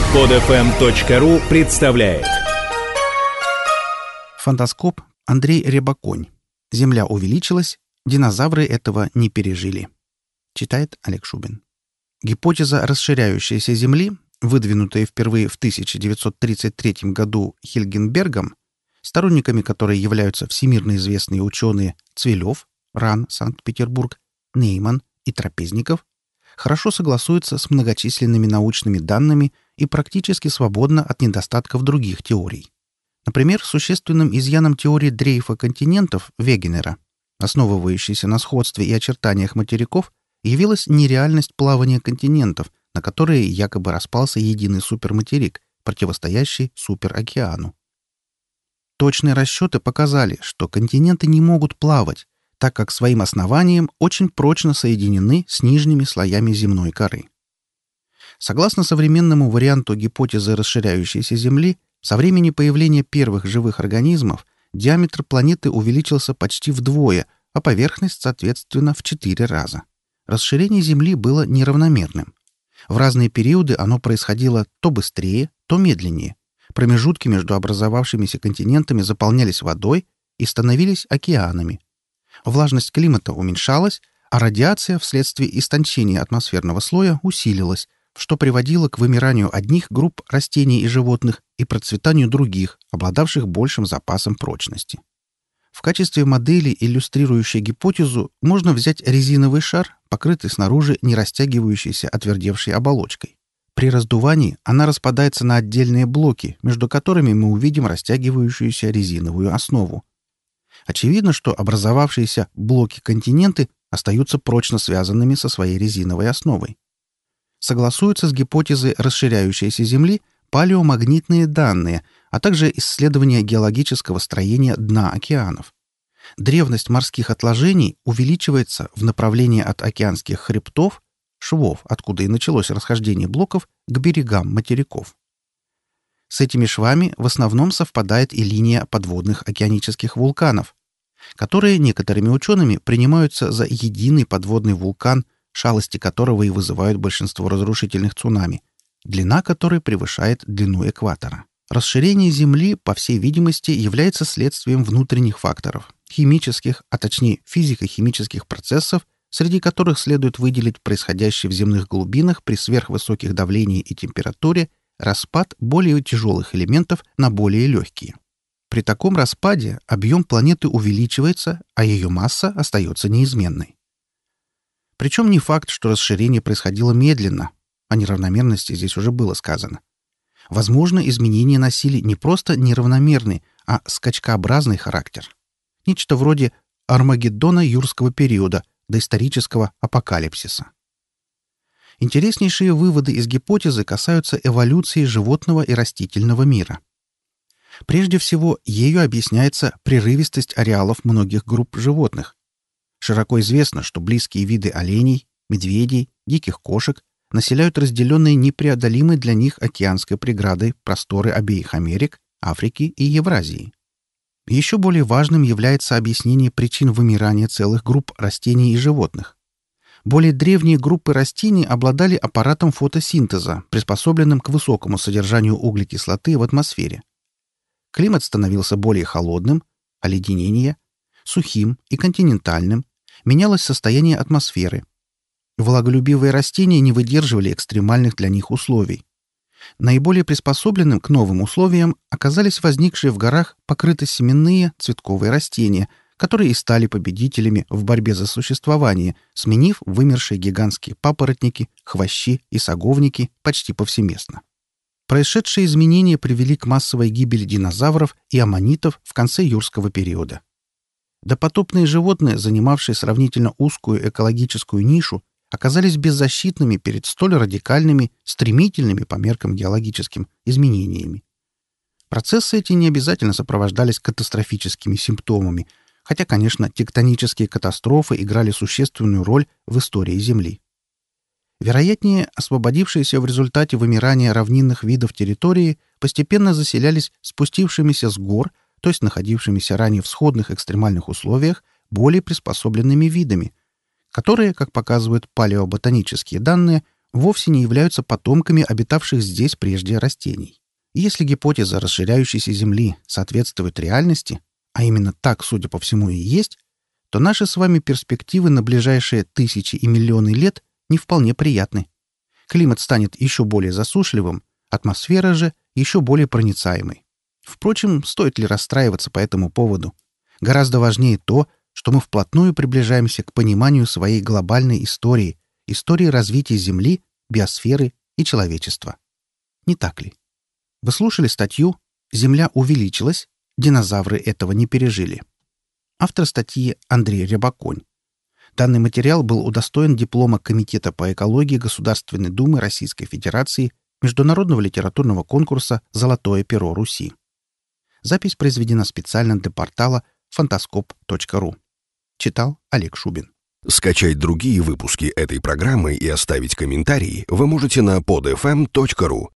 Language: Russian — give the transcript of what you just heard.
Подфм.ру представляет. Фантаскоп, Андрей Рябоконь. Земля увеличилась, динозавры этого не пережили. Читает Олег Шубин. Гипотеза расширяющейся Земли, выдвинутая впервые в 1933 году Хильгенбергом, сторонниками которой являются всемирно известные ученые Цвилев, РАН, Санкт-Петербург, Нейман и Трапезников, хорошо согласуется с многочисленными научными данными и практически свободна от недостатков других теорий. Например, существенным изъяном теории дрейфа континентов Вегенера, основывающейся на сходстве и очертаниях материков, явилась нереальность плавания континентов, на которые якобы распался единый суперматерик, противостоящий суперокеану. Точные расчеты показали, что континенты не могут плавать, так как своим основанием очень прочно соединены с нижними слоями земной коры. Согласно современному варианту гипотезы расширяющейся Земли, со времени появления первых живых организмов диаметр планеты увеличился почти вдвое, а поверхность, соответственно, в 4 раза. Расширение Земли было неравномерным. В разные периоды оно происходило то быстрее, то медленнее. Промежутки между образовавшимися континентами заполнялись водой и становились океанами. Влажность климата уменьшалась, а радиация вследствие истончения атмосферного слоя усилилась, что приводило к вымиранию одних групп растений и животных и процветанию других, обладавших большим запасом прочности. В качестве модели, иллюстрирующей гипотезу, можно взять резиновый шар, покрытый снаружи нерастягивающейся отвердевшей оболочкой. При раздувании она распадается на отдельные блоки, между которыми мы увидим растягивающуюся резиновую основу. Очевидно, что образовавшиеся блоки-континенты остаются прочно связанными со своей резиновой основой. Согласуются с гипотезой расширяющейся Земли палеомагнитные данные, а также исследования геологического строения дна океанов. Древность морских отложений увеличивается в направлении от океанских хребтов, швов, откуда и началось расхождение блоков, к берегам материков. С этими швами в основном совпадает и линия подводных океанических вулканов, которые некоторыми учеными принимаются за единый подводный вулкан, шалости которого и вызывают большинство разрушительных цунами, длина которой превышает длину экватора. Расширение Земли, по всей видимости, является следствием внутренних факторов, химических, а точнее физико-химических процессов, среди которых следует выделить происходящий в земных глубинах при сверхвысоких давлении и температуре распад более тяжелых элементов на более легкие. При таком распаде объем планеты увеличивается, а ее масса остается неизменной. Причем не факт, что расширение происходило медленно, о неравномерности здесь уже было сказано. Возможно, изменения носили не просто неравномерный, а скачкообразный характер. Нечто вроде Армагеддона юрского периода, доисторического апокалипсиса. Интереснейшие выводы из гипотезы касаются эволюции животного и растительного мира. Прежде всего, ею объясняется прерывистость ареалов многих групп животных. Широко известно, что близкие виды оленей, медведей, диких кошек населяют разделенные непреодолимой для них океанской преградой просторы обеих Америк, Африки и Евразии. Еще более важным является объяснение причин вымирания целых групп растений и животных. Более древние группы растений обладали аппаратом фотосинтеза, приспособленным к высокому содержанию углекислоты в атмосфере. Климат становился более холодным, оледенение, сухим и континентальным, менялось состояние атмосферы. Влаголюбивые растения не выдерживали экстремальных для них условий. Наиболее приспособленным к новым условиям оказались возникшие в горах покрытосеменные цветковые растения, которые и стали победителями в борьбе за существование, сменив вымершие гигантские папоротники, хвощи и саговники почти повсеместно. Происшедшие изменения привели к массовой гибели динозавров и аммонитов в конце юрского периода. Допотопные животные, занимавшие сравнительно узкую экологическую нишу, оказались беззащитными перед столь радикальными, стремительными по меркам геологическим изменениями. Процессы эти не обязательно сопровождались катастрофическими симптомами, хотя, конечно, тектонические катастрофы играли существенную роль в истории Земли. Вероятнее, освободившиеся в результате вымирания равнинных видов территории постепенно заселялись спустившимися с гор, то есть находившимися ранее в сходных экстремальных условиях, более приспособленными видами, которые, как показывают палеоботанические данные, вовсе не являются потомками обитавших здесь прежде растений. И если гипотеза расширяющейся Земли соответствует реальности, а именно так, судя по всему, и есть, то наши с вами перспективы на ближайшие тысячи и миллионы лет не вполне приятны. Климат станет еще более засушливым, атмосфера же еще более проницаемой. Впрочем, стоит ли расстраиваться по этому поводу? Гораздо важнее то, что мы вплотную приближаемся к пониманию своей глобальной истории, истории развития Земли, биосферы и человечества. Не так ли? Вы слушали статью «Земля увеличилась, динозавры этого не пережили». Автор статьи Андрей Рябоконь. Данный материал был удостоен диплома Комитета по экологии Государственной Думы Российской Федерации Международного литературного конкурса «Золотое перо Руси». Запись произведена специально для портала фантаскоп.ру. Читал Олег Шубин. Скачать другие выпуски этой программы и оставить комментарии вы можете на podfm.ru.